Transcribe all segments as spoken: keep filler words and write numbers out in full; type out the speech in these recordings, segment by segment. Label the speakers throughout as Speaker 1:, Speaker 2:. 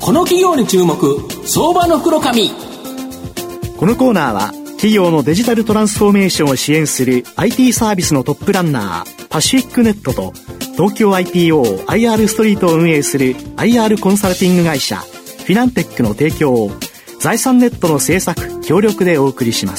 Speaker 1: この企業に注目、相場の袋紙。
Speaker 2: このコーナーは企業のデジタルトランスフォーメーションを支援する アイティー サービスのトップランナーパシフィックネットと東京 アイピーオー アイアール ストリートを運営する アイアール コンサルティング会社フィナンテックの提供を財産ネットの制作協力でお送りします。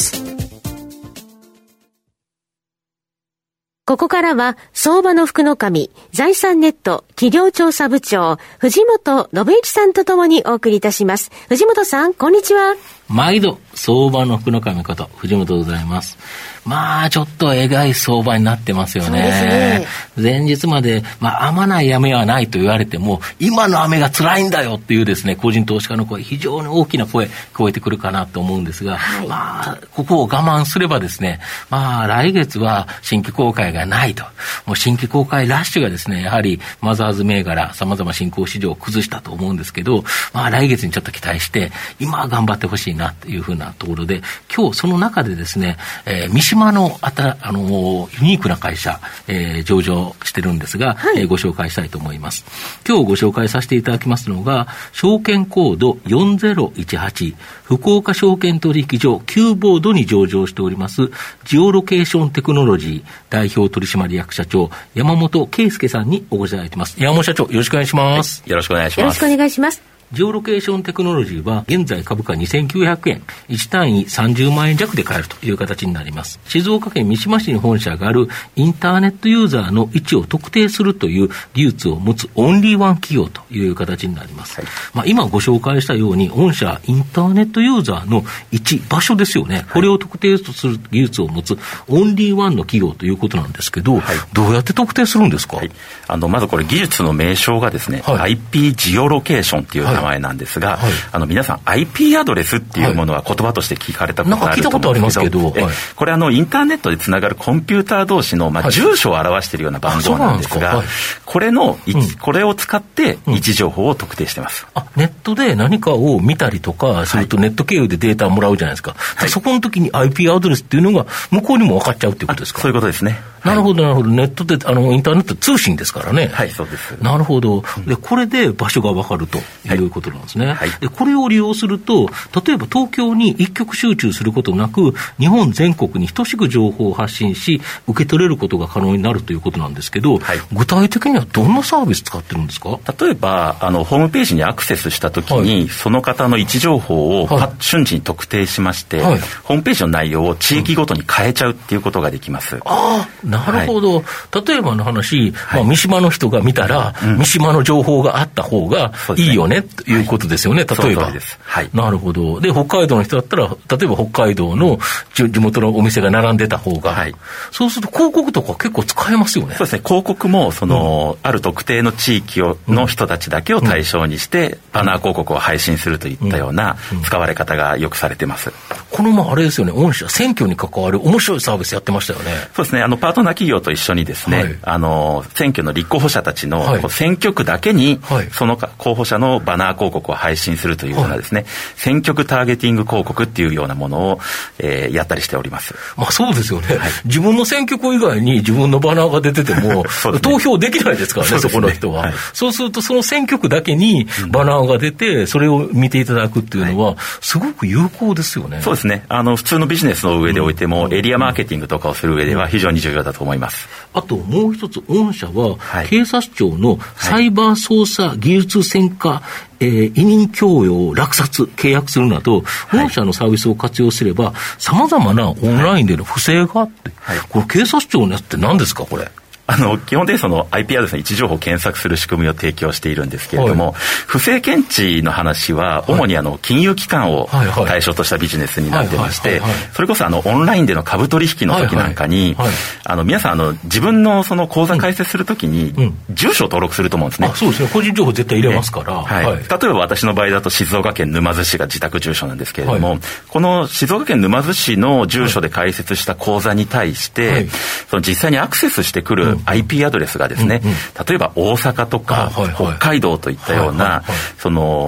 Speaker 3: ここからは相場の福の神財産ネット企業調査部長藤本信之さんとともにお送りいたします。藤本さん、こんにちは。
Speaker 4: 毎度相場の福の神こと藤本でございます。まあちょっとえがい相場になってますよね。
Speaker 3: そうです
Speaker 4: ね。前日までまあ雨ない雨はないと言われても今の雨が辛いんだよっていうですね、個人投資家の声、非常に大きな声聞こえてくるかなと思うんですが、はい、まあここを我慢すればですね、まあ来月は新規公開がないと、もう新規公開ラッシュがですね、やはりマザーズ銘柄様々新興市場を崩したと思うんですけど、まあ来月にちょっと期待して今は頑張ってほしいなというふうなところで、今日その中でですね、えー、三島のあたあのユニークな会社、えー、上場してるんですが、はい、えー、ご紹介したいと思います。今日ご紹介させていただきますのが証券コードよんぜろいちはち福岡証券取引所 Q ボードに上場しておりますジオロケーションテクノロジー代表取締役社長山本圭介さんにお越しいただいています。山本社長、よろしくお願いします。
Speaker 5: はい、よろしくお願いします。
Speaker 3: よろしくお願いします。
Speaker 4: ジオロケーションテクノロジーは現在株価にせんきゅうひゃくえん、いち単位さんじゅうまんえん弱で買えるという形になります。静岡県三島市に本社があるインターネットユーザーの位置を特定するという技術を持つオンリーワン企業という形になります。はい、まあ、今ご紹介したように御社インターネットユーザーの位置、場所ですよね。これを特定する技術を持つオンリーワンの企業ということなんですけど、はい、どうやって特定するんですか？
Speaker 5: はい、あのまずこれ技術の名称がですね、はい、アイピー ジオロケーションっていう名前なんですが、はいはい、あの皆さん アイピー アドレスっていうものは言葉として聞かれたことがあると思うんですけど、
Speaker 4: なんか聞いたことありますけど、はい、
Speaker 5: これあのインターネットでつながるコンピューター同士の、まあ、住所を表しているような番号なんですが、はい、これの、うん、これを使って位置情報を特定してます。
Speaker 4: うん、あ、ネットで何かを見たりとかするとネット経由でデータをもらうじゃないですか。はい、そこの時に アイピー アドレスっていうのが向こうにも分かっちゃうっていうことですか？
Speaker 5: そういうことですね。
Speaker 4: なるほどなるほど。ネットであのインターネット通信ですからね。
Speaker 5: はい、そうです。
Speaker 4: なるほど。でこれで場所が分かるということなんですね。はい、でこれを利用すると、例えば東京に一極集中することなく日本全国に等しく情報を発信し受け取れることが可能になるということなんですけど、はい、具体的にはどんなサービス使ってるんですか？
Speaker 5: 例えばあのホームページにアクセスしたときに、はい、その方の位置情報をパッ、はい、瞬時に特定しまして、はい、ホームページの内容を地域ごとに変えちゃうっていうことができます。うん、
Speaker 4: ああ、なるほど。はい、例えばの話、はい、まあ、三島の人が見たら、うん、三島の情報があった方がいいよね、ということですよね。はい、例えば。そうです。はい。なるほど。で、北海道の人だったら、例えば北海道の地元のお店が並んでた方が、はい、そうすると広告とか結構使えますよね。
Speaker 5: そうですね。広告もその、うん、ある特定の地域をの人たちだけを対象にして、うん、バナー広告を配信するといったような使われ方がよくされてます。
Speaker 4: このまああれですよね。御社選挙に関わる面白いサービスやってましたよね。
Speaker 5: そうですね。あのパートナー企業と一緒にですね、はい、あの選挙の立候補者たちの、はい、選挙区だけに、はい、その候補者のバナー広告を配信するというようなですね、はい、選挙区ターゲティング広告っていうようなものを、えー、やったりしております。
Speaker 4: まあそうですよね。はい、自分の選挙区以外に自分のバナーが出てても、ね、投票できないですからね、 そ, そこの人は、はい、そうするとその選挙区だけにバナーが出て、うん、それを見ていただくっていうのはすごく有効ですよね。
Speaker 5: そうですね。あの普通のビジネスの上でおいても、うん、エリアマーケティングとかをする上では非常に重要だと思います。
Speaker 4: あともう一つ、御社は、はい、警察庁のサイバー捜査技術専科、えー、委任供与を落札契約するなど、はい、御社のサービスを活用すれば様々なオンラインでの不正があって、はい、この警察庁のやつって何ですかこれ？
Speaker 5: あの基本的にその アイピー アドレスの位置情報を検索する仕組みを提供しているんですけれども、はい、不正検知の話は主にあの金融機関を対象としたビジネスになってまして、それこそあのオンラインでの株取引の時なんかに、はいはいはい、あの皆さんあの自分のその口座開設するときに住所を登録すると思うんですね。
Speaker 4: あ、そうですね。個人情報絶対入れますから、
Speaker 5: はいはい、例えば私の場合だと静岡県沼津市が自宅住所なんですけれども、はい、この静岡県沼津市の住所で開設した口座に対して、はい、その実際にアクセスしてくるアイピー アドレスがですね、うんうん、例えば大阪とか北海道といったようなその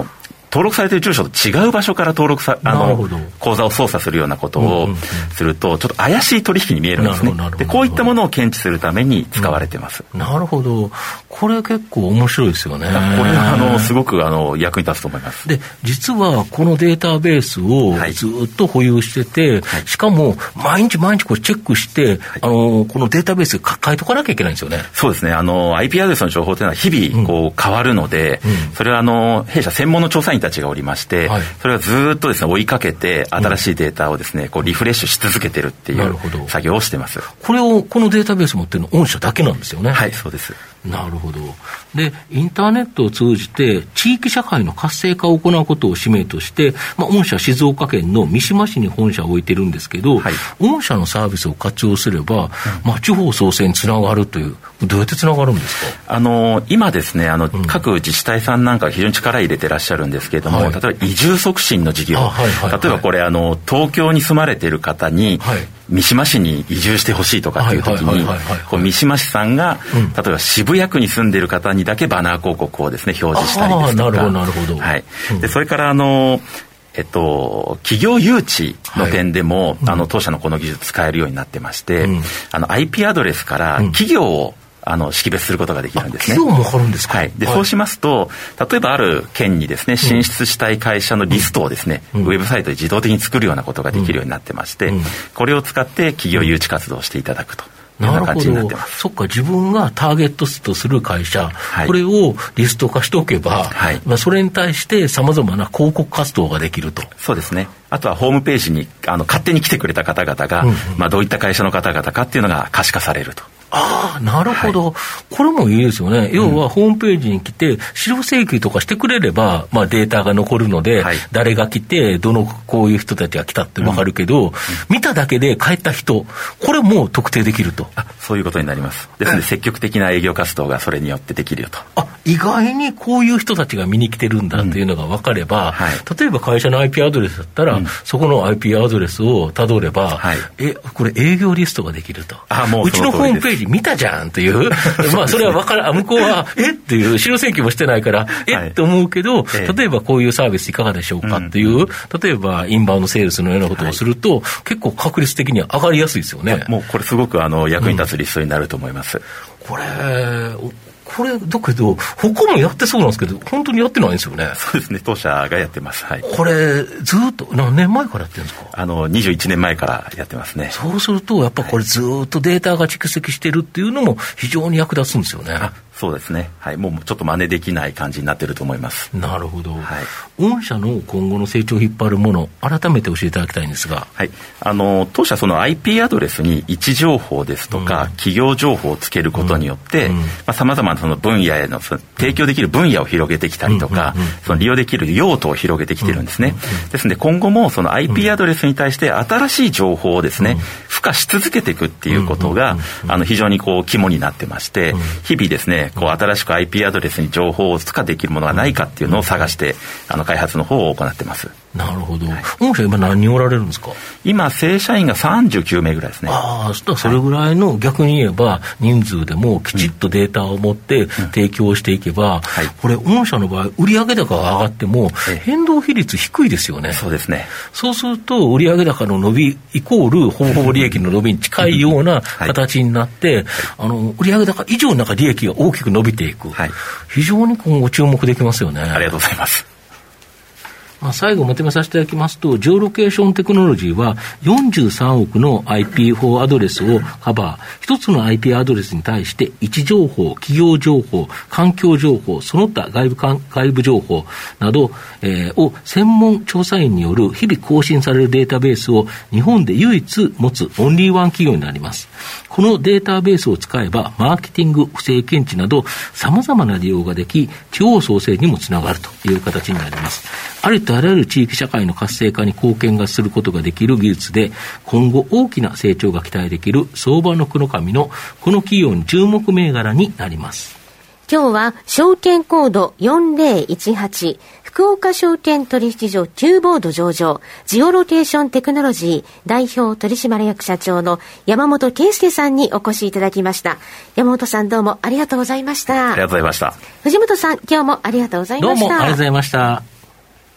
Speaker 5: 登録されている住所と違う場所から登録さあの口座を操作するようなことをすると、うんうんうん、ちょっと怪しい取引に見えるんですね。でこういったものを検知するために使われてます、
Speaker 4: うん、なるほど。これ結構面白いですよね。こ
Speaker 5: れはあのすごくあの役に立つと思います。
Speaker 4: で実はこのデータベースをずっと保有してて、はい、しかも毎日毎日これチェックして、はい、あのこのデータベース抱えとかなきゃいけないんですよね。
Speaker 5: そうですね。あの アイピー アドレスの情報というのは日々こう変わるので、うんうん、それはあの弊社専門の調査員たちがおりまして、はい、それはずっとですね追いかけて新しいデータをですねこうリフレッシュし続けてるっていう作業をしてます。
Speaker 4: これをこのデータベース持ってるの御社だけなんですよね。
Speaker 5: はい、そうです。
Speaker 4: なるほど。でインターネットを通じて地域社会の活性化を行うことを使命として、まあ、御社静岡県の三島市に本社を置いてるんですけど、はい、御社のサービスを活用すれば、うんまあ、地方創生につながるという、どうやってつながるんですか？
Speaker 5: あの今ですねあの、うん、各自治体さんなんか非常に力入れてらっしゃるんですけれども、はい、例えば移住促進の事業、はいはいはい、例えばこれあの東京に住まれている方に、はい三島市に移住してほしいとかっていう時に三島市さんが、うん、例えば渋谷区に住んでいる方にだけバナー広告をですね表示したりですとか、
Speaker 4: なるほどなるほど、
Speaker 5: はいうん、でそれからあのえっと、企業誘致の点でも、はいうん、あの当社のこの技術使えるようになってまして、うん、あの アイピー アドレスから企業を、うんあの識別することができるんですね。
Speaker 4: 企業もわかるんですか？
Speaker 5: はい。で、はい、そうしますと例えばある県にですね進出したい会社のリストをですね、うん、ウェブサイトで自動的に作るようなことができるようになってまして、うん、これを使って企業誘致活動をしていただくというような感じになってます。
Speaker 4: そっか、自分がターゲットとする会社、はい、これをリスト化しておけば、はいまあ、それに対してさまざまな広告活動ができると。
Speaker 5: そうですね。あとはホームページにあの勝手に来てくれた方々が、うんうんまあ、どういった会社の方々かっていうのが可視化されると。
Speaker 4: ああ、なるほど、はい、これもいいですよね。要はホームページに来て資料請求とかしてくれれば、まあ、データが残るので、はい、誰が来てどのこういう人たちが来たって分かるけど、うんうん、見ただけで帰った人これも特定できると。
Speaker 5: あ、そういうことになります。ですので積極的な営業活動がそれによってできるよと。
Speaker 4: あ、意外にこういう人たちが見に来てるんだっていうのが分かれば、うんはい、例えば会社の アイピー アドレスだったら、うん、そこの アイピー アドレスをたどれば、はい、えこれ営業リストができると。
Speaker 5: あ、もう
Speaker 4: うちのホームページ見たじゃんというまあそれは分から向こうはえっていう資料請求もしてないからえ、はい、って思うけど、例えばこういうサービスいかがでしょうかっていう、うん、例えばインバウンドセールスのようなことをすると、はい、結構確率的には上がりやすいですよね。
Speaker 5: もうこれすごくあの役に立つリストになると思います、うん、
Speaker 4: これこれだけど他もやってそうなんですけど本当にやってないんですよね。
Speaker 5: そうですね、当社がやってます、はい、
Speaker 4: これずっと何年前からやってるんですか？
Speaker 5: あのにじゅういちねんまえからやってますね。
Speaker 4: そうするとやっぱこれずっとデータが蓄積してるっていうのも非常に役立つんですよね。
Speaker 5: あ、そうですね、はい、もうちょっと真似できない感じになってると思います。
Speaker 4: なるほど、はい、御社の今後の成長を引っ張るもの改めて教えていただきたいんですが、
Speaker 5: はい、あの当社その アイピー アドレスに位置情報ですとか、うん、企業情報をつけることによってさまざまなその分野へのその提供できる分野を広げてきたりとか、うんうんうん、その利用できる用途を広げてきてるんですね、うんうんうん、ですので今後もその アイピー アドレスに対して新しい情報をですね、うん、付加し続けていくっていうことが、うんうんうんうん、あの非常にこう肝になってまして、うん、日々ですねこう新しく アイピー アドレスに情報を付加できるものがないかっていうのを探してあの開発の方を行ってます。
Speaker 4: なるほど、はい、御社今何人おられるんですか？
Speaker 5: 今正社員がさんじゅうきゅうめいぐらいですね。
Speaker 4: ああ、そしたらそれぐらいの、はい、逆に言えば人数でもきちっとデータを持って提供していけば、うんうんはい、これ御社の場合売上高が上がっても変動比率低いですよね。
Speaker 5: そうですね。
Speaker 4: そうすると売上高の伸びイコールほぼほぼ利益の伸びに近いような形になって、はい、あの売上高以上の中利益が大きく伸びていく、はい、非常に今後注目できますよね。
Speaker 5: ありがとうございます。
Speaker 4: まあ、最後まとめさせていただきますと、ジオロケーションテクノロジーはよんじゅうさんおくの アイピーフォー アドレスをカバー、一つの アイピー アドレスに対して位置情報、企業情報、環境情報、その他外部か外部情報など、えー、を専門調査員による日々更新されるデータベースを日本で唯一持つオンリーワン企業になります。このデータベースを使えばマーケティング、不正検知など様々な利用ができ、地方創生にもつながるという形になります。ありとあらゆる地域社会の活性化に貢献がすることができる技術で、今後大きな成長が期待できる相場の福の神のこの企業に注目銘柄になります。
Speaker 3: 今日は証券コードよんぜろいちはち福岡証券取引所キューボード上場ジオロケーションテクノロジー代表取締役社長の山本圭介さんにお越しいただきました。山本さん、どうもありがとうございました。
Speaker 5: ありがとうございました。
Speaker 3: 藤本さん、今日もありがとうございました。
Speaker 4: どうもありがとうございました。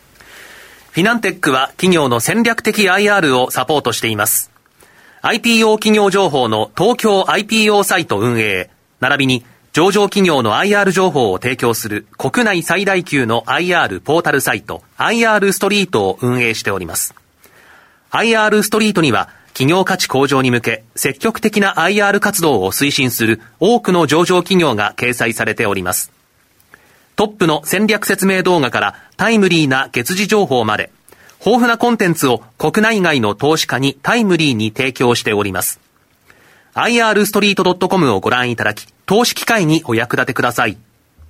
Speaker 6: フィナンテックは企業の戦略的 アイアール をサポートしています。アイピーオー 企業情報の東京 アイピーオー サイト運営、並びに上場企業の アイアール 情報を提供する国内最大級の アイアール ポータルサイト アイアール ストリートを運営しております。アイアール ストリートには企業価値向上に向け積極的な アイアール 活動を推進する多くの上場企業が掲載されております。トップの戦略説明動画からタイムリーな月次情報まで豊富なコンテンツを国内外の投資家にタイムリーに提供しております。アイアールストリートドットコム をご覧いただき、投資機会にお役立てください。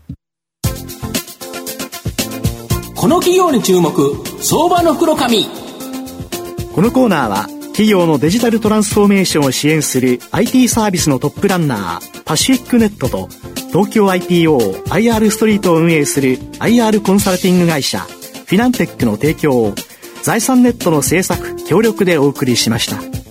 Speaker 1: この企業に注目、相場の袋紙。
Speaker 2: このコーナーは企業のデジタルトランスフォーメーションを支援する アイティー サービスのトップランナーパシフィックネットと東京 アイピーオー アイアール ストリートを運営する アイアール コンサルティング会社フィナンテックの提供を財産ネットの制作協力でお送りしました。